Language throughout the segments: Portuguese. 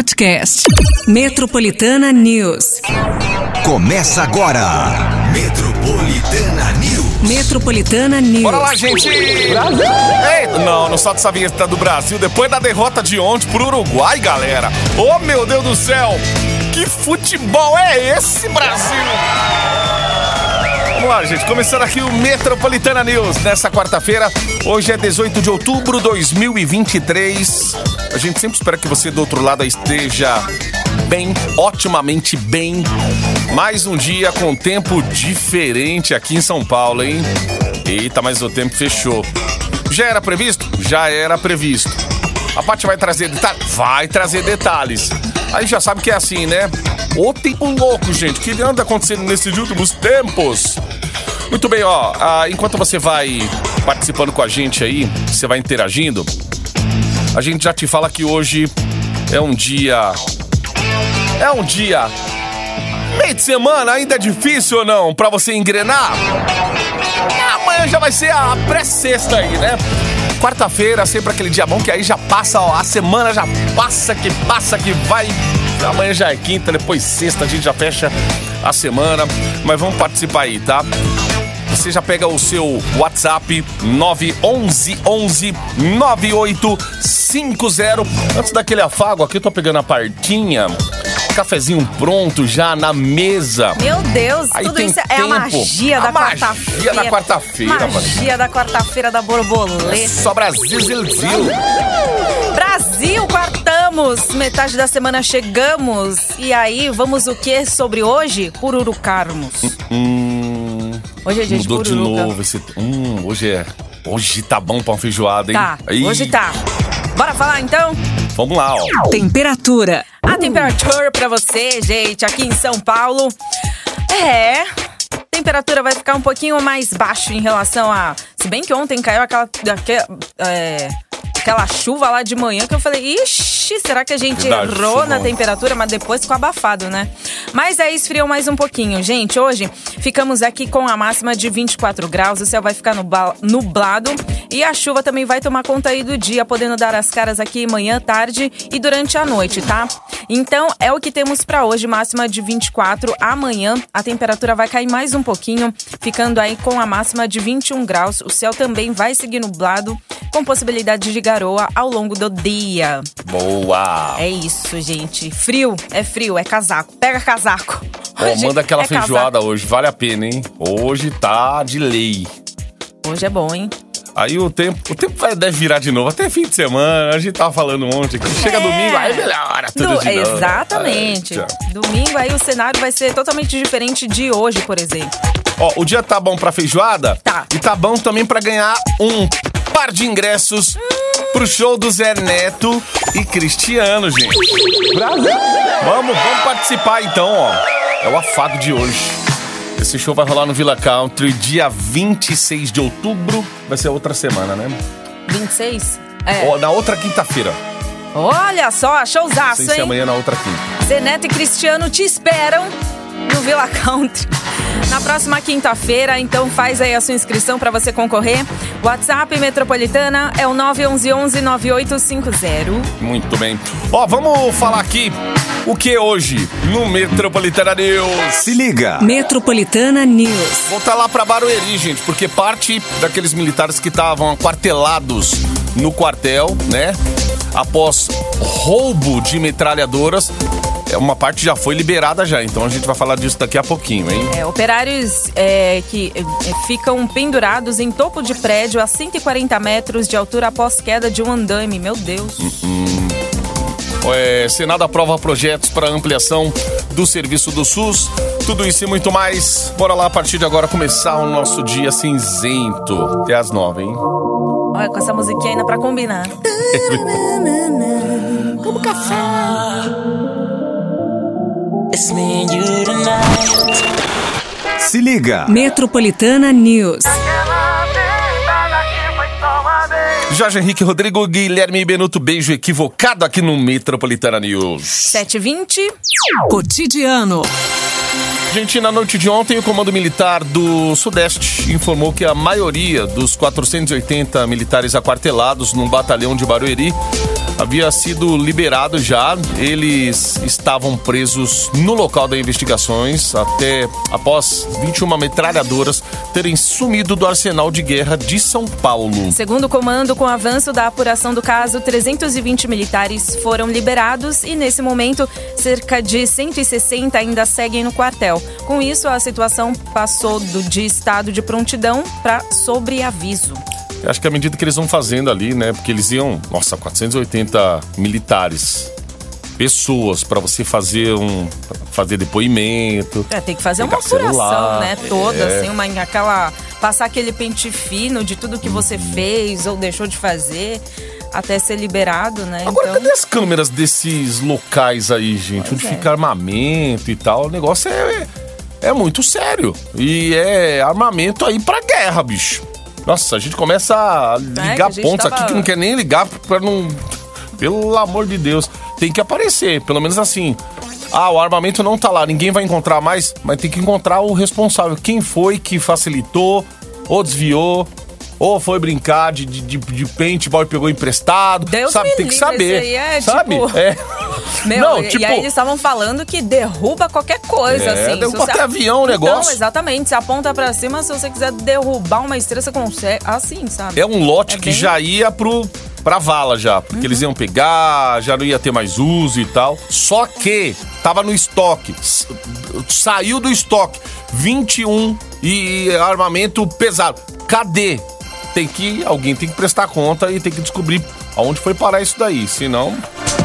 podcast. Metropolitana News. Começa agora. Metropolitana News. Metropolitana News. Bora lá, gente! Brasil! Ei, não solta essa vinheta do Brasil depois da derrota de ontem pro Uruguai, galera. Oh, meu Deus do céu! Que futebol é esse, Brasil? Vamos lá, gente, começando aqui o Metropolitana News nessa quarta-feira. Hoje é 18 de outubro de 2023. A gente sempre espera que você do outro lado esteja bem, otimamente bem. Mais um dia com tempo diferente aqui em São Paulo, hein? Eita, mas o tempo fechou. Já era previsto? Já era previsto. A Paty vai trazer detalhes? Vai trazer detalhes. Aí já sabe que é assim, né? Ô tempo louco, gente, que anda acontecendo nesses últimos tempos. Muito bem, ó, enquanto você vai participando com a gente aí, você vai interagindo, a gente já te fala que hoje é um dia meio de semana, ainda é difícil ou não pra você engrenar? Amanhã já vai ser a pré-sexta aí, né? Quarta-feira, sempre aquele dia bom que aí já passa, ó, a semana já passa que vai. Amanhã já é quinta, depois sexta, a gente já fecha a semana. Mas vamos participar aí, tá? Você já pega o seu WhatsApp 911-9850. Antes daquele afago aqui, eu tô pegando a partinha. Cafezinho pronto já na mesa. Meu Deus, aí tudo isso é a magia da quarta-feira. Magia da quarta-feira, Magia da quarta-feira da borboleta. É só Brasil. Brasil, quartamos. Metade da semana chegamos. E aí, vamos o que sobre hoje? Pururucarmos. Hoje é dia mudou de pururuca. De novo esse... Hoje tá bom pra uma feijoada, hein? Tá, aí. hoje tá. Bora falar então? Vamos lá, ó. Temperatura. A temperatura pra você, gente, aqui em São Paulo. A temperatura vai ficar um pouquinho mais baixo em relação a... Se bem que ontem caiu aquela chuva lá de manhã que eu falei, ixi, será que a gente errou na temperatura? Mas depois ficou abafado, né? Mas aí esfriou mais um pouquinho. Gente, hoje ficamos aqui com a máxima de 24 graus, o céu vai ficar nublado e a chuva também vai tomar conta aí do dia, podendo dar as caras aqui manhã, tarde e durante a noite, tá? Então, é o que temos pra hoje, máxima de 24. Amanhã a temperatura vai cair mais um pouquinho, ficando aí com a máxima de 21 graus. O céu também vai seguir nublado, com possibilidade de garoa ao longo do dia. Boa! É isso, gente. Frio, é casaco. Pega casaco. Hoje manda aquela feijoada casaco. hoje, vale a pena, hein? Hoje tá de lei. Hoje é bom, hein? Aí o tempo deve virar de novo, até fim de semana, a gente tava falando ontem, que chega domingo, aí melhora tudo de novo. Exatamente. Domingo aí o cenário vai ser totalmente diferente de hoje, por exemplo. Ó, o dia tá bom pra feijoada? Tá. E tá bom também pra ganhar um par de ingressos pro show do Zé Neto e Cristiano, gente. Brasil! Vamos participar então, ó. É o afago de hoje. Esse show vai rolar no Villa Country, dia 26 de outubro. Vai ser outra semana, né? 26? Ó, na outra quinta-feira. Olha só, showzaço, Sem ser hein? amanhã, na outra quinta. Zé Neto e Cristiano te esperam no Villa Country na próxima quinta-feira, então faz aí a sua inscrição para você concorrer. WhatsApp Metropolitana é o 911-9850. Muito bem. Ó, vamos falar aqui o que hoje no Metropolitana News. Se liga. Metropolitana News. Voltar lá pra Barueri, gente, porque parte daqueles militares que estavam aquartelados no quartel, né, após roubo de metralhadoras, uma parte já foi liberada já, então a gente vai falar disso daqui a pouquinho, hein? Operários que ficam pendurados em topo de prédio a 140 metros de altura após queda de um andaime. Meu Deus. Senado aprova projetos para ampliação do serviço do SUS. Tudo isso e muito mais. Bora lá, a partir de agora, começar o nosso dia cinzento. Até às 9, hein? Olha, com essa musiquinha ainda pra combinar. Como café. Se liga. Metropolitana News. Jorge Henrique, Rodrigo, Guilherme e Benuto, beijo equivocado aqui no Metropolitana News. 7h20. Cotidiano. Gente, na noite de ontem, o Comando Militar do Sudeste informou que a maioria dos 480 militares aquartelados num batalhão de Barueri havia sido liberado já. Eles estavam presos no local das investigações após 21 metralhadoras terem sumido do arsenal de guerra de São Paulo. Segundo o comando, com o avanço da apuração do caso, 320 militares foram liberados e, nesse momento, cerca de 160 ainda seguem no quartel. Com isso, a situação passou de estado de prontidão para sobreaviso. Eu acho que à medida que eles vão fazendo ali, né? Porque eles iam, 480 militares, pessoas para você fazer depoimento. Tem que fazer uma apuração, né? Toda, assim, passar aquele pente fino de tudo que você fez ou deixou de fazer até ser liberado, né? Agora, cadê as câmeras desses locais aí, gente? Onde fica armamento e tal? O negócio é muito sério. E é armamento aí pra guerra, bicho. Nossa, a gente começa a ligar pontos aqui que não quer nem ligar pra não... Pelo amor de Deus. Tem que aparecer, pelo menos assim. O armamento não tá lá, ninguém vai encontrar mais, mas tem que encontrar o responsável. Quem foi que facilitou ou desviou, ou foi brincar de paintball e pegou emprestado. Deus sabe, me tem que livre, saber. Isso aí é, sabe? E aí eles estavam falando que derruba qualquer coisa, assim. Derruba até avião o negócio. Então, exatamente. Se aponta pra cima, se você quiser derrubar uma estrela, você consegue. Assim, sabe? É um lote que já ia pra vala já, porque eles iam pegar, já não ia ter mais uso e tal. Só que tava no estoque, saiu do estoque, 21 e armamento pesado. Cadê? Alguém tem que prestar conta e tem que descobrir aonde foi parar isso daí, senão...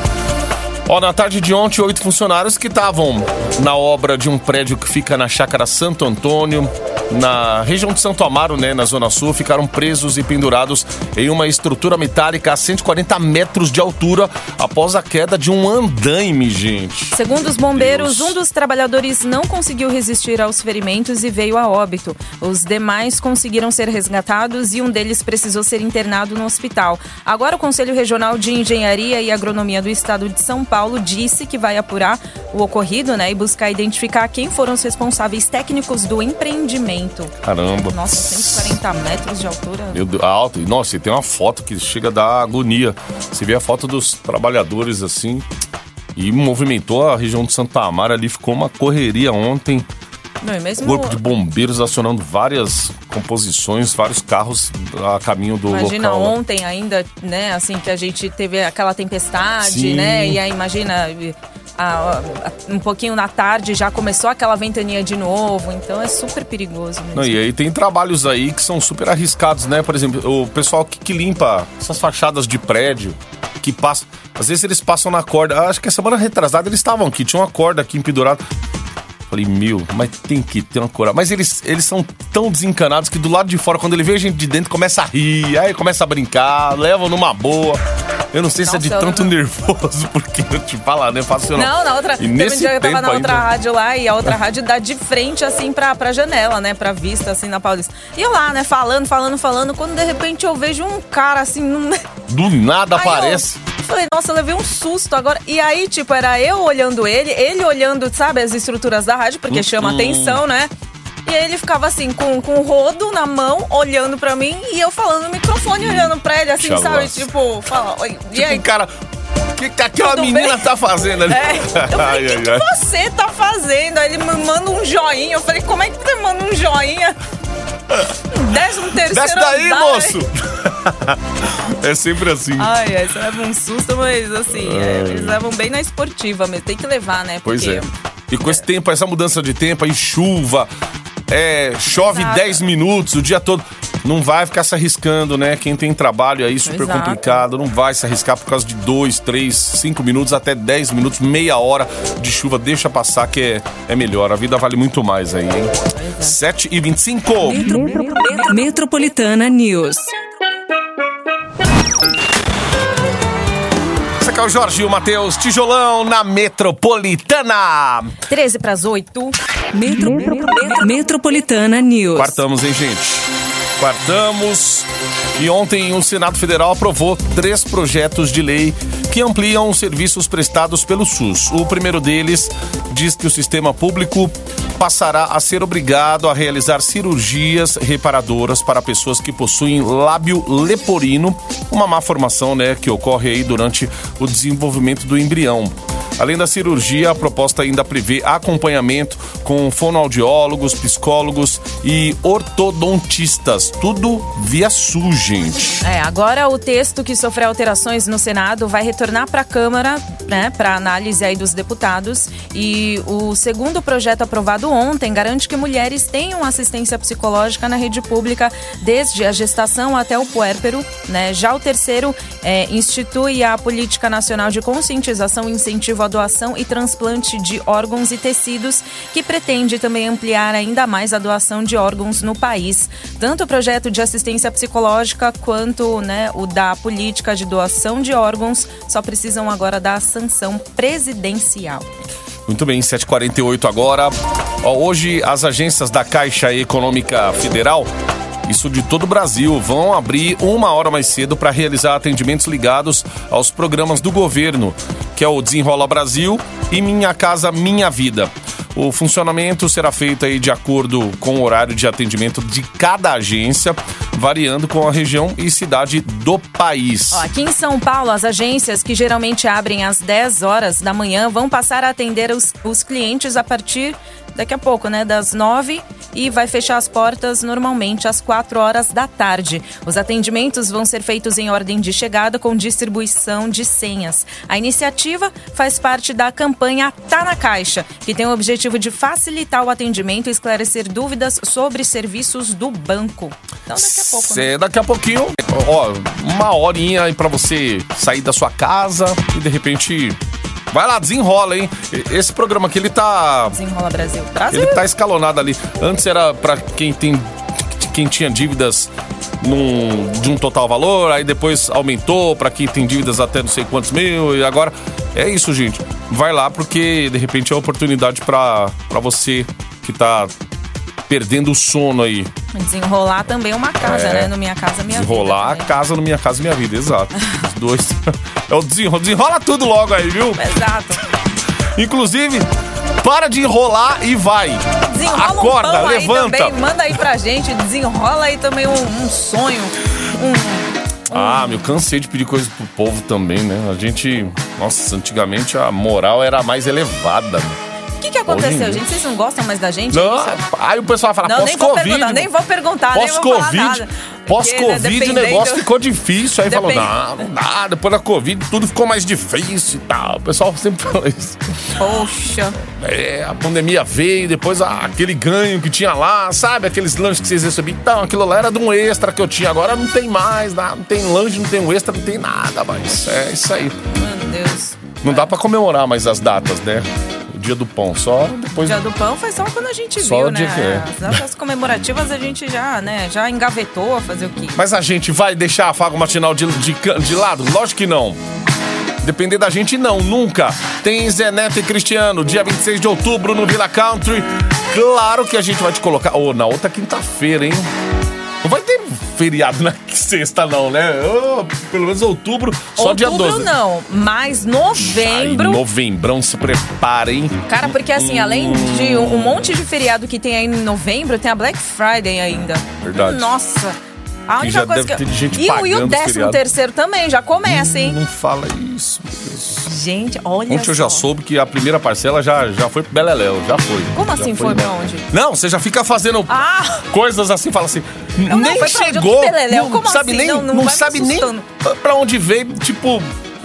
na tarde de ontem, 8 funcionários que estavam na obra de um prédio que fica na Chácara Santo Antônio, na região de Santo Amaro, né, na Zona Sul, ficaram presos e pendurados em uma estrutura metálica a 140 metros de altura após a queda de um andaime, gente. Segundo os bombeiros, um dos trabalhadores não conseguiu resistir aos ferimentos e veio a óbito. Os demais conseguiram ser resgatados e um deles precisou ser internado no hospital. Agora, o Conselho Regional de Engenharia e Agronomia do Estado de São Paulo disse que vai apurar o ocorrido, né, e buscar identificar quem foram os responsáveis técnicos do empreendimento. Caramba. Nossa, 140 metros de altura. Meu Deus, alto. Nossa, e tem uma foto que chega a dar agonia. Você vê a foto dos trabalhadores assim, e movimentou a região de Santa Amaro, ali ficou uma correria ontem. Não, mesmo... Corpo de bombeiros acionando várias composições, vários carros a caminho do local. Imagina ontem ainda, né, assim, que a gente teve aquela tempestade, Sim. né, e aí imagina... um pouquinho na tarde já começou aquela ventania de novo, então é super perigoso mesmo. E aí tem trabalhos aí que são super arriscados, né? Por exemplo, o pessoal que limpa essas fachadas de prédio, que passa, às vezes eles passam na corda. Acho que a semana retrasada eles estavam aqui, tinha uma corda aqui empendurada. Falei, mas tem que ter uma coragem. Mas eles são tão desencanados que do lado de fora, quando ele vê a gente de dentro, começa a rir, aí começa a brincar, levam numa boa. Eu não sei se é de tanto nervoso, porque eu te falar, né? Não, na outra. Teve um dia que eu tava na outra rádio lá e a outra rádio dá de frente, assim, pra janela, né? Pra vista, assim, na Paulista. E eu lá, né? Falando. Quando de repente eu vejo um cara assim. Do nada aí aparece. Eu falei, nossa, eu levei um susto agora. E aí, tipo, era eu olhando ele olhando, sabe, as estruturas da rádio, porque chama atenção, né? E aí ele ficava assim, com o rodo na mão, olhando pra mim, e eu falando no microfone, olhando pra ele, assim, sabe? Tipo, fala, oi. E aí? Cara, o que aquela menina tá fazendo ali? Eu falei, o que você tá fazendo? Aí ele me manda um joinha. Eu falei, como é que você manda um joinha? 13º Desce daí, andar, moço! É sempre assim. Isso leva um susto, mas assim, eles levam bem na esportiva mesmo. Tem que levar, né? Pois é. E com esse tempo, essa mudança de tempo, aí chuva... chove 10 minutos o dia todo. Não vai ficar se arriscando, né? Quem tem trabalho aí super complicado, não vai se arriscar por causa de 2, 3, 5 minutos, até 10 minutos, meia hora de chuva. Deixa passar que é melhor. A vida vale muito mais aí, hein? 7h25. Metropolitana News. Esse aqui é o Jorge e o Matheus Tijolão na Metropolitana. 7:13. Metropolitana News. Quartamos, hein, gente? Quartamos. E ontem o Senado Federal aprovou 3 projetos de lei que que ampliam os serviços prestados pelo SUS. O primeiro deles diz que o sistema público passará a ser obrigado a realizar cirurgias reparadoras para pessoas que possuem lábio leporino, uma má formação, né, que ocorre aí durante o desenvolvimento do embrião. Além da cirurgia, a proposta ainda prevê acompanhamento com fonoaudiólogos, psicólogos e ortodontistas. Tudo via SUS, gente. Agora o texto que sofreu alterações no Senado vai retornar para a Câmara, né, para análise aí dos deputados. E o segundo projeto aprovado ontem garante que mulheres tenham assistência psicológica na rede pública desde a gestação até o puérpero, né? Já o terceiro institui a Política Nacional de Conscientização e Incentivo à Doação e Transplante de Órgãos e Tecidos, que pretende também ampliar ainda mais a doação de órgãos no país. Tanto o projeto de assistência psicológica quanto, né, o da política de doação de órgãos só precisam agora da sanção presidencial. Muito bem, 7h48 agora. Hoje as agências da Caixa Econômica Federal, isso de todo o Brasil, vão abrir 1 hora mais cedo para realizar atendimentos ligados aos programas do governo, que é o Desenrola Brasil e Minha Casa Minha Vida. O funcionamento será feito aí de acordo com o horário de atendimento de cada agência, variando com a região e cidade do país. Aqui em São Paulo, as agências que geralmente abrem às 10 horas da manhã vão passar a atender os clientes a partir daqui a pouco, né, das 9, e vai fechar as portas normalmente às 4 horas da tarde. Os atendimentos vão ser feitos em ordem de chegada com distribuição de senhas. A iniciativa faz parte da campanha Tá na Caixa, que tem o objetivo de facilitar o atendimento e esclarecer dúvidas sobre serviços do banco. Então daqui a pouco, né? Daqui a pouquinho, 1 horinha aí pra você sair da sua casa e de repente... Vai lá, desenrola, hein? Esse programa aqui, ele tá... Desenrola Brasil. Ele tá escalonado ali. Antes era pra quem tinha dívidas de um total valor, aí depois aumentou pra quem tem dívidas até não sei quantos mil, e agora... É isso, gente. Vai lá, porque de repente é uma oportunidade pra você que tá perdendo o sono aí. Desenrolar também uma casa, né? No Minha Casa Minha Vida. Desenrolar a casa no Minha Casa Minha Vida, exato. Os dois. É o desenrola tudo logo aí, viu? Exato. Inclusive, para de enrolar e vai. Desenrola acorda, um pão levanta. Aí também. Manda aí pra gente, desenrola aí também um sonho. Eu cansei de pedir coisas pro povo também, né? A gente, nossa, antigamente a moral era mais elevada. O que aconteceu, gente? Vocês não gostam mais da gente? Não, aí o pessoal fala, pós-Covid. Nem vou perguntar, nem vou falar nada. Pós-Covid o negócio ficou difícil. Aí falou, não dá. Depois da Covid tudo ficou mais difícil e tal. O pessoal sempre fala isso. Poxa. A pandemia veio, depois aquele ganho que tinha lá, sabe? Aqueles lanches que vocês recebiam. Então, aquilo lá era de um extra que eu tinha. Agora não tem mais, não tem lanche, não tem um extra, não tem nada mais. É isso aí. Meu Deus. Não dá pra comemorar mais as datas, né? Dia do Pão, só depois... Dia do Pão foi só quando a gente só viu, o dia né? que é. As datas comemorativas a gente já engavetou a fazer o quê? Mas a gente vai deixar a Fábio Matinal de lado? Lógico que não. Depender da gente, não, nunca. Tem Zé Neto e Cristiano, dia 26 de outubro no Villa Country. Claro que a gente vai te colocar... na outra quinta-feira, hein? Não vai ter feriado na sexta, não, né? Pelo menos outubro, só dia 12. Outubro não, mas novembro... Novembrão, se preparem. Cara, porque assim, além de um monte de feriado que tem aí em novembro, tem a Black Friday ainda. Verdade. Nossa. A única coisa deve ter gente e o pagando 13º também, já começa, hein? Não fala isso, meu Deus. Gente, olha Ontem eu já soube que a primeira parcela já foi pro Beleléu, já foi. Como assim foi pra onde? Não, você já fica fazendo coisas assim, fala assim, nem foi chegou, Beleléu. Como sabe assim? nem, não sabe nem pra onde veio, tipo...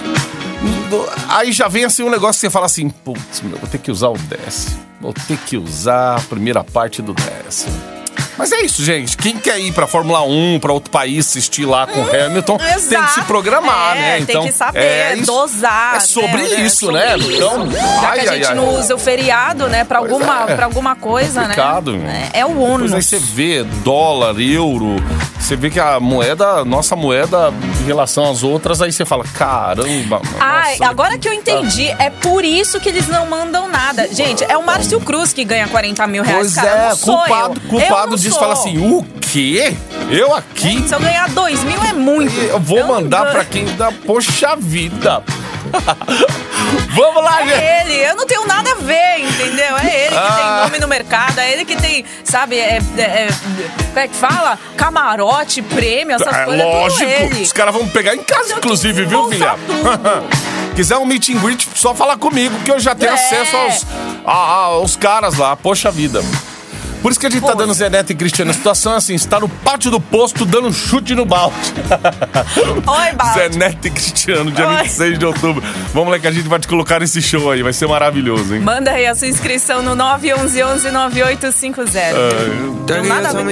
Aí já vem assim um negócio que você fala assim, putz, vou ter que usar o décimo, vou ter que usar a primeira parte do décimo. Mas é isso, gente. Quem quer ir pra Fórmula 1, pra outro país, assistir lá com o Hamilton, exato. tem que se programar, né? Então, tem que saber dosar. É sobre isso, sobre né? Isso. Então, já que a gente não usa o feriado, né? Pra alguma coisa, complicado, né? É o ônus. Aí você vê dólar, euro, você vê que a moeda, nossa moeda, em relação às outras, aí você fala, caramba. Nossa, agora que eu entendi, é por isso que eles não mandam nada. Gente, é o Márcio Cruz que ganha 40 mil reais, cara. Não sou culpado disso, fala assim, o quê? Eu aqui? Se eu ganhar 2 mil é muito. Eu vou mandar pra quem dá, poxa vida. Vamos lá, gente. É ele, eu não tenho nada a ver, entendeu? É ele que tem nome no mercado, é ele que tem, sabe, como é que fala? Camarote, prêmio, essas coisas. Lógico, é tudo ele. os caras vão pegar em casa, inclusive, viu, filha? Quiser um meet and greet, só falar comigo, que eu já tenho acesso aos caras lá. Poxa vida. Por isso que a gente tá dando Zé Neto e Cristiano. A situação é assim, você tá no pátio do posto dando um chute no balde. Oi, balde. Zé Neto e Cristiano, dia 26 de outubro. Vamos lá que a gente vai te colocar nesse show aí, vai ser maravilhoso, hein? Manda aí a sua inscrição no 911-9850. Não nada a ver.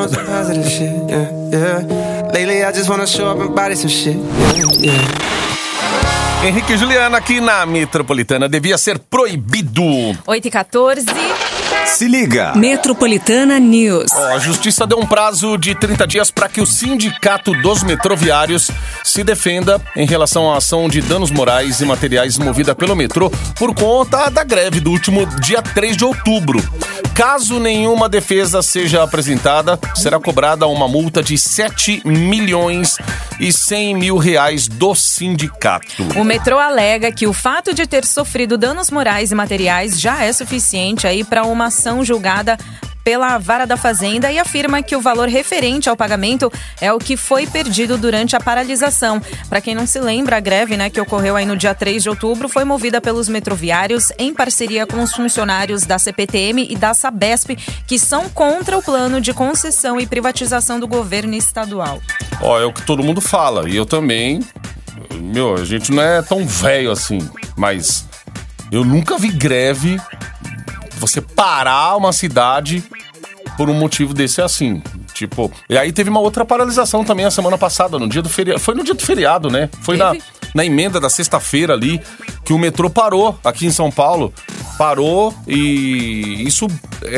Henrique e Juliana aqui na Metropolitana. Devia ser proibido. 8h14. Se liga. Metropolitana News. A Justiça deu um prazo de 30 dias para que o Sindicato dos Metroviários se defenda em relação à ação de danos morais e materiais movida pelo metrô por conta da greve do último dia 3 de outubro. Caso nenhuma defesa seja apresentada, será cobrada uma multa de 7.100.000 reais do sindicato. O metrô alega que o fato de ter sofrido danos morais e materiais já é suficiente aí para uma ação julgada pela Vara da Fazenda e afirma que o valor referente ao pagamento é o que foi perdido durante a paralisação. Para quem não se lembra, a greve, que ocorreu aí no dia 3 de outubro foi movida pelos metroviários em parceria com os funcionários da CPTM e da Sabesp, que são contra o plano de concessão e privatização do governo estadual. É o que todo mundo fala, e eu também. A gente não é tão velho assim, mas eu nunca vi greve, você parar uma cidade por um motivo desse assim. Tipo, e aí teve uma outra paralisação também a semana passada, no dia do feriado. Foi no dia do feriado, né? Foi na emenda da sexta-feira ali, que o metrô parou aqui em São Paulo. Parou e isso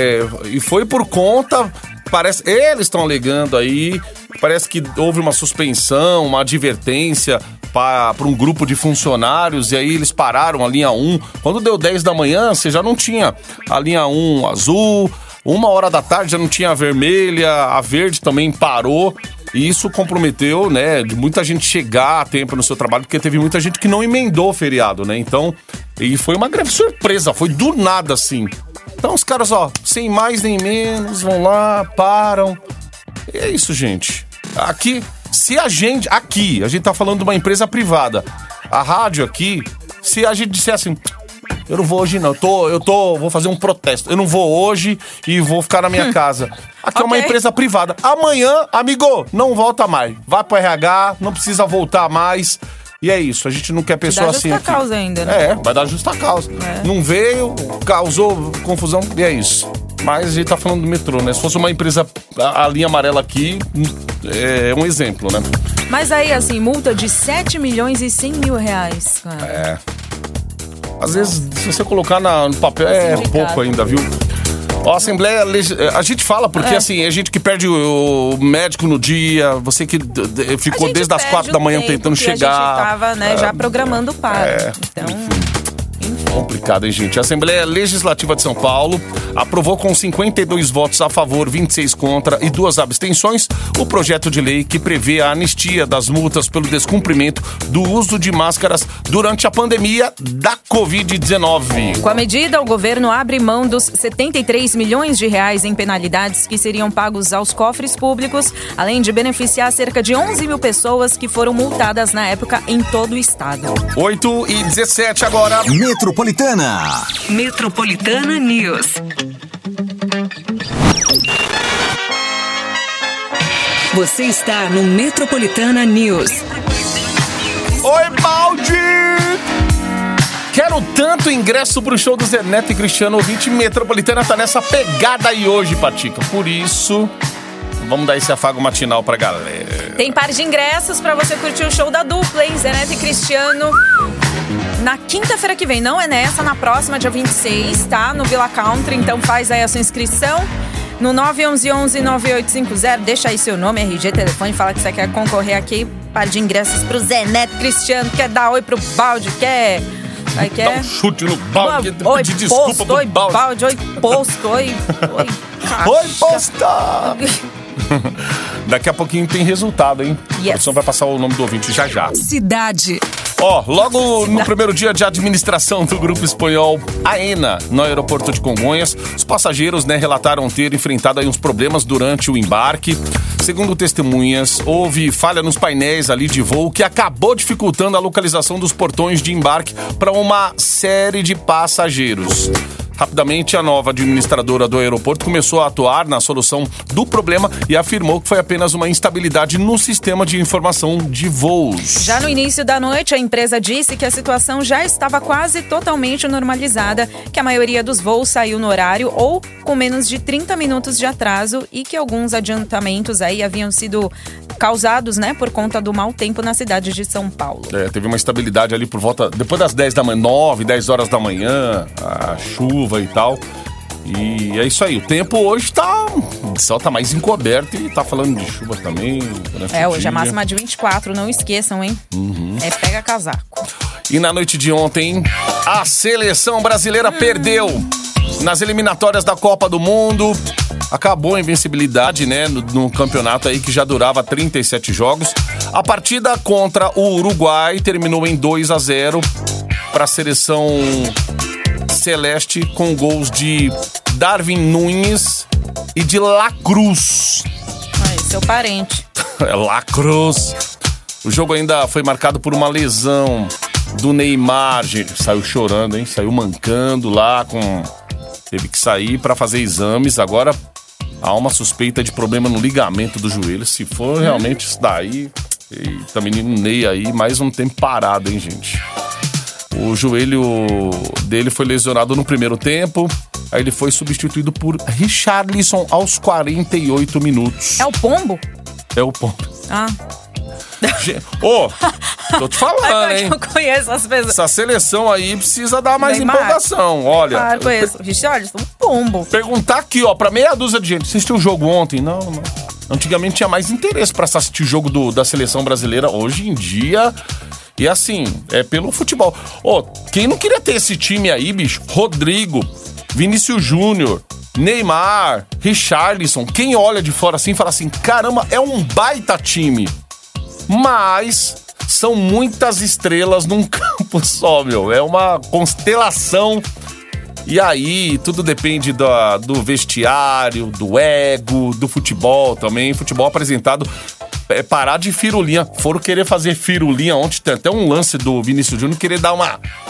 e foi por conta, parece, eles estão alegando aí, parece que houve uma suspensão, uma advertência para um grupo de funcionários, e aí eles pararam a linha 1. Quando deu 10 da manhã, você já não tinha a linha 1 azul, 1h da tarde já não tinha a vermelha, a verde também parou. E isso comprometeu, de muita gente chegar a tempo no seu trabalho, porque teve muita gente que não emendou o feriado, Então, e foi uma greve surpresa, foi do nada assim. Então os caras, sem mais nem menos, vão lá, param. E é isso, gente. Aqui a gente tá falando de uma empresa privada. A rádio aqui, se a gente disser assim, eu não vou hoje não, vou fazer um protesto, eu não vou hoje e vou ficar na minha casa. Aqui é uma empresa privada. Amanhã, amigo, não volta mais. Vai pro RH, não precisa voltar mais. E é isso, a gente não quer pessoa assim. Vai dar justa causa ainda, vai dar justa causa. Não veio, causou confusão, e é isso. Mas a gente tá falando do metrô, Se fosse uma empresa, a linha amarela aqui, é um exemplo, Mas aí, assim, multa de 7.100.000 reais, cara. Às vezes, se você colocar no papel, é pouco ainda, viu? A Assembleia, a gente fala porque, assim, é gente que perde o médico no dia, você que ficou desde as 4 da manhã tentando chegar. A gente tava, já programando para. Então... Complicado, hein, gente? A Assembleia Legislativa de São Paulo aprovou com 52 votos a favor, 26 contra e 2 abstenções o projeto de lei que prevê a anistia das multas pelo descumprimento do uso de máscaras durante a pandemia da Covid-19. Com a medida, o governo abre mão dos 73 milhões de reais em penalidades que seriam pagos aos cofres públicos, além de beneficiar cerca de 11 mil pessoas que foram multadas na época em todo o estado. 8h17 agora. Metropolitana News. Você está no Metropolitana News. Oi, balde! Quero tanto ingresso pro show do Zé Neto e Cristiano. Ouvinte Metropolitana tá nessa pegada aí hoje, Patica. Por isso, vamos dar esse afago matinal pra galera. Tem par de ingressos pra você curtir o show da dupla, hein? Zé Neto e Cristiano. Na quinta-feira que vem, não é nessa, na próxima, dia 26, tá? No Villa Country, então faz aí a sua inscrição. No 911-9850, deixa aí seu nome, RG, telefone, fala que você quer concorrer aqui. Par de ingressos pro Zé Neto Cristiano, quer dar oi pro balde, quer... Dá um chute no balde, oi, pedir desculpa pro balde. Oi, posto, oi, oi, posta! Daqui a pouquinho tem resultado, hein? Yes. A produção vai passar o nome do ouvinte já. Cidade. Logo no primeiro dia de administração do grupo espanhol Aena, no aeroporto de Congonhas, os passageiros, relataram ter enfrentado aí uns problemas durante o embarque. Segundo testemunhas, houve falha nos painéis ali de voo que acabou dificultando a localização dos portões de embarque para uma série de passageiros. Rapidamente, a nova administradora do aeroporto começou a atuar na solução do problema e afirmou que foi apenas uma instabilidade no sistema de informação de voos. Já no início da noite, a empresa disse que a situação já estava quase totalmente normalizada, que a maioria dos voos saiu no horário ou com menos de 30 minutos de atraso e que alguns adiantamentos aí haviam sido causados, por conta do mau tempo na cidade de São Paulo. Teve uma estabilidade ali por volta, depois das 10 da manhã, 9, 10 horas da manhã, a chuva e tal. E é isso aí, o tempo hoje o céu tá mais encoberto e tá falando de chuva também. Hoje a máxima de 24, não esqueçam, hein? Pega casaco. E na noite de ontem, a seleção brasileira perdeu nas eliminatórias da Copa do Mundo. Acabou a invencibilidade, no campeonato aí que já durava 37 jogos. A partida contra o Uruguai terminou em 2-0 para a seleção celeste, com gols de Darwin Nunes e de La Cruz. Seu parente. La Cruz. O jogo ainda foi marcado por uma lesão do Neymar. Saiu chorando, hein? Saiu mancando lá, teve que sair para fazer exames. Agora há uma suspeita de problema no ligamento do joelho. Se for realmente isso daí, eita, menino Ney aí, mais um tempo parado, hein, gente? O joelho dele foi lesionado no primeiro tempo, aí ele foi substituído por Richarlison aos 48 minutos. É o Pombo? É o Pombo. Tô te falando, hein? Eu conheço as pessoas. Essa seleção aí precisa dar mais empolgação, olha. Claro, conheço. Richarlison, Pombo. Perguntar aqui, pra meia dúzia de gente, assistiu o jogo ontem? Não. Antigamente tinha mais interesse pra assistir o jogo da seleção brasileira. Hoje em dia, e assim, é pelo futebol. Quem não queria ter esse time aí, bicho? Rodrigo, Vinícius Júnior, Neymar, Richarlison. Quem olha de fora assim fala assim, caramba, é um baita time. Mas são muitas estrelas num campo só, meu. É uma constelação. E aí, tudo depende do vestiário, do ego, do futebol também. Futebol apresentado, parar de firulinha. Foram querer fazer firulinha ontem. Tem até um lance do Vinícius Júnior querer dar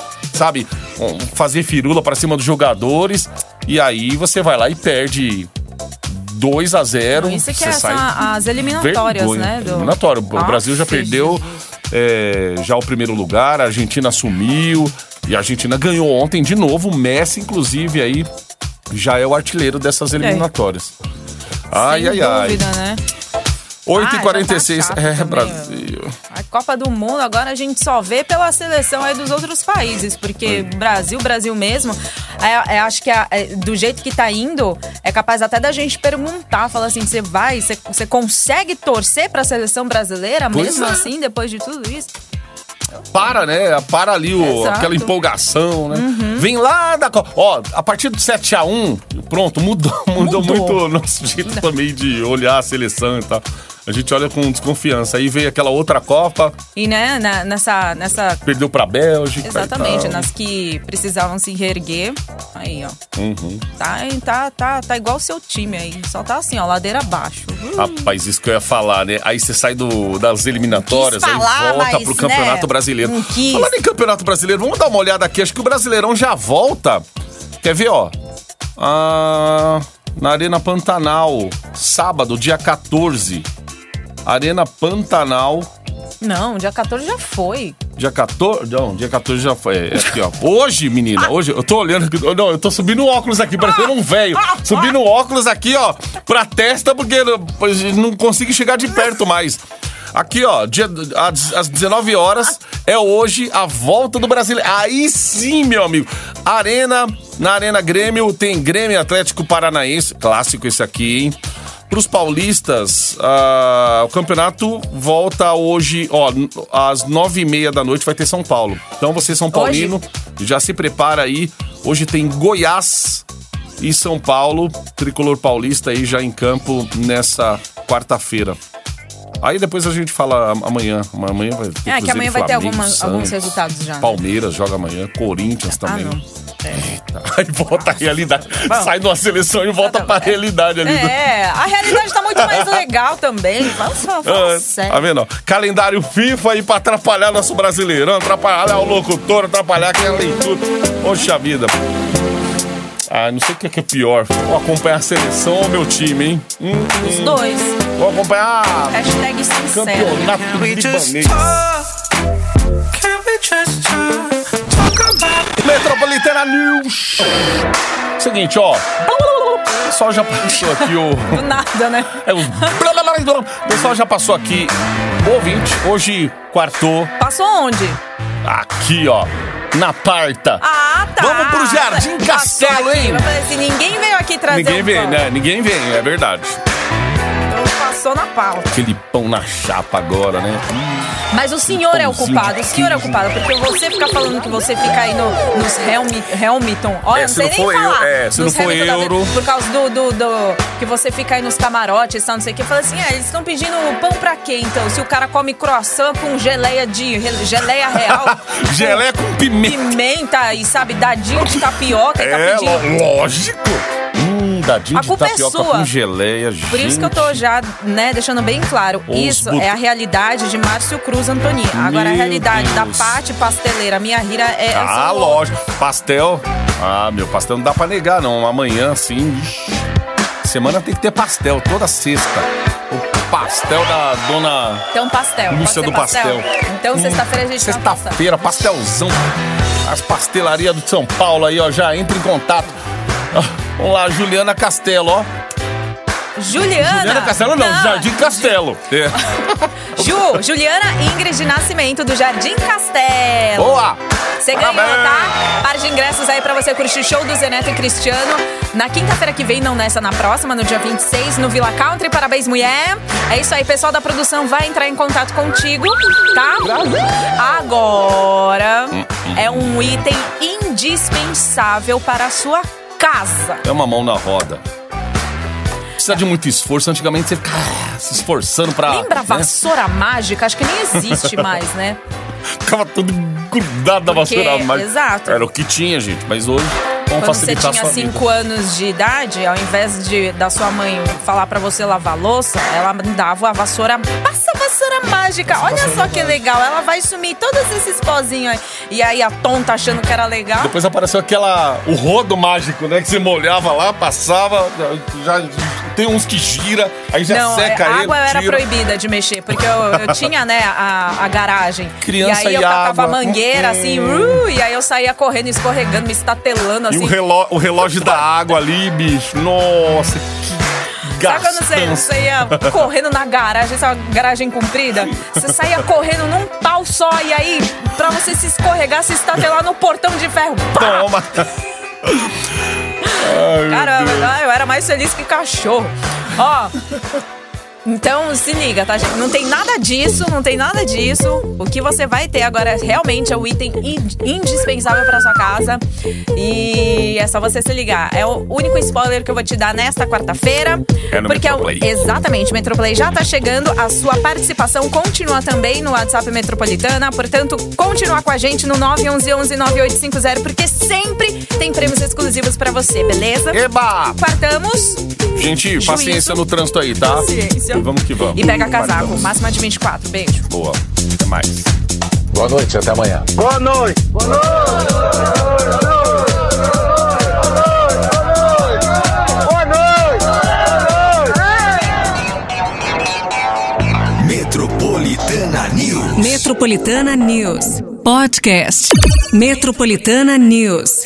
fazer firula para cima dos jogadores. E aí você vai lá e perde 2-0. Isso que as eliminatórias, vergonha, eliminatório. O Brasil já perdeu já o primeiro lugar, a Argentina assumiu e a Argentina ganhou ontem de novo. O Messi, inclusive, aí já é o artilheiro dessas eliminatórias. Sem dúvida, né? 8h46, Brasil. A Copa do Mundo agora a gente só vê pela seleção aí dos outros países, porque Brasil mesmo, acho que do jeito que tá indo, é capaz até da gente perguntar, falar assim, você consegue torcer pra seleção brasileira mesmo assim, depois de tudo isso? Para ali aquela empolgação, né? Vem lá da Copa. A partir do 7-1, pronto, mudou muito o nosso jeito também de olhar a seleção e tal. A gente olha com desconfiança. Aí veio aquela outra Copa. E, nessa... Perdeu pra Bélgica. Exatamente, nas que precisavam se reerguer. Aí, ó. Tá igual o seu time aí. Só tá assim, ó, ladeira abaixo. Rapaz, isso que eu ia falar, né? Aí você sai das eliminatórias, aí volta pro Campeonato Brasileiro. Falando em Campeonato Brasileiro, vamos dar uma olhada aqui. Acho que o Brasileirão já volta. Quer ver, na Arena Pantanal, sábado, dia 14. Arena Pantanal. Não, dia 14 já foi. Dia 14? Não, dia 14 já foi. Aqui, ó. Hoje, menina, hoje, eu tô olhando aqui. Não, eu tô subindo o óculos aqui, parecendo um velho. Subindo o óculos aqui, ó, pra testa, porque não consigo chegar de perto mais. Aqui, ó, às 19 horas, é hoje a volta do Brasileiro. Aí sim, meu amigo. Na Arena Grêmio, tem Grêmio Atlético Paranaense. Clássico esse aqui, hein? Para os paulistas, o campeonato volta hoje, às 9h30 da noite vai ter São Paulo. Então você, São Paulino, já se prepara aí. Hoje tem Goiás e São Paulo, tricolor paulista aí já em campo nessa quarta-feira. Aí depois a gente fala amanhã. Amanhã vai ter que amanhã vai ter Flamengo, alguns resultados já. Né? Palmeiras joga amanhã, Corinthians também. Não. Eita, aí volta a realidade. Sai de uma seleção e volta pra realidade ali. A realidade tá muito mais legal também. Fala sério. Tá vendo? Calendário FIFA aí pra atrapalhar nosso Brasileirão, atrapalhar o locutor, atrapalhar aquela leitura. Poxa vida. Não sei o que é pior. Vou acompanhar a seleção ou meu time, hein? Os dois. Vou acompanhar #sincero. Campeonato libanês. Metropolitana News. Seguinte, ó. O pessoal já passou aqui Do nada, né? O pessoal já passou aqui. O ouvinte, hoje quartou. Passou onde? Aqui, ó. Na Parta. Tá. Vamos pro Jardim Castelo, hein? Eu falei assim, ninguém veio aqui trazer Ninguém vem, né? Ninguém vem, é verdade. Então passou na pauta. Aquele pão na chapa agora, né? Mas o senhor é o culpado, porque você fica falando que você fica aí nos Hamilton. Olha, não sei nem falar. Se não for euro. Por causa do que você fica aí nos camarotes, não sei o que. Eu falei assim, eles estão pedindo pão pra quê, então? Se o cara come croissant com geleia real. Geleia com pimenta. Pimenta e, sabe, dadinho de tapioca e tá pedindo. Lógico. Dadinho de tapioca com geleia, gente. Por isso que eu tô já, né, deixando bem claro. Isso é a realidade de Márcio Cruz Antoni. Agora, a realidade da Pati pasteleira, minha Rira é... lógico. Pastel. Meu pastel não dá pra negar, não. Amanhã, assim... Semana tem que ter pastel, toda sexta. O pastel da dona... Então, pastel. Lúcia do pastel. Então, sexta-feira a gente tem Sexta-feira, pastelzão. As pastelarias do São Paulo aí, ó, já entra em contato. Vamos lá, Juliana Castelo, ó. Juliana Castelo não, Jardim Castelo. Juliana Ingrid Nascimento, do Jardim Castelo. Boa! Você ganhou, tá? Par de ingressos aí pra você curtir show do Zeneto e Cristiano. Na quinta-feira que vem, não nessa, na próxima, no dia 26, no Villa Country. Parabéns, mulher. É isso aí, pessoal da produção vai entrar em contato contigo, tá? Agora, é um item indispensável para a sua casa. É uma mão na roda. Precisa de muito esforço. Antigamente você ficava se esforçando pra... Lembra a vassoura mágica? Acho que nem existe mais, né? Ficava tudo grudado na vassoura mágica. Exato. Era o que tinha, gente. Mas hoje, vamos facilitar a sua vida. Quando você tinha 5 anos de idade, ao invés da sua mãe falar pra você lavar a louça, ela dava a vassoura... Passa a vassoura mágica. Olha só que legal. Ela vai sumir todos esses pozinhos aí. E aí a tonta achando que era legal. Depois apareceu o rodo mágico, né? Que você molhava lá, passava, já... Tem uns que gira, aí já seca ele. A água era proibida de mexer, porque eu tinha, né, a garagem. Criança e aí eu água. tacava a mangueira, assim, e aí eu saía correndo, escorregando, me estatelando, assim. E o relógio da água ali, bicho. Nossa, que gastança. Sabe quando você ia correndo na garagem, essa garagem comprida? Você saía correndo num pau só, e aí, pra você se escorregar, se estatelar no portão de ferro. Pá! Toma! Caramba, eu era mais feliz que cachorro. Ó, então se liga, tá, gente? Não tem nada disso. O que você vai ter agora realmente é o item indispensável pra sua casa. E é só você se ligar. É o único spoiler que eu vou te dar nesta quarta-feira. Porque exatamente, Metroplay já tá chegando. A sua participação continua também no WhatsApp Metropolitana. Portanto, continua com a gente no 911-9850, porque sempre tem prêmios exclusivos pra você, beleza? Eba! Quartamos. Gente, paciência no trânsito aí, tá? Paciência. E vamos que vamos. E pega casaco, máxima de 24. Beijo. Boa. Até mais. Boa noite, até amanhã. Boa noite. Boa noite. Metropolitana News. Metropolitana News. Podcast. Metropolitana News.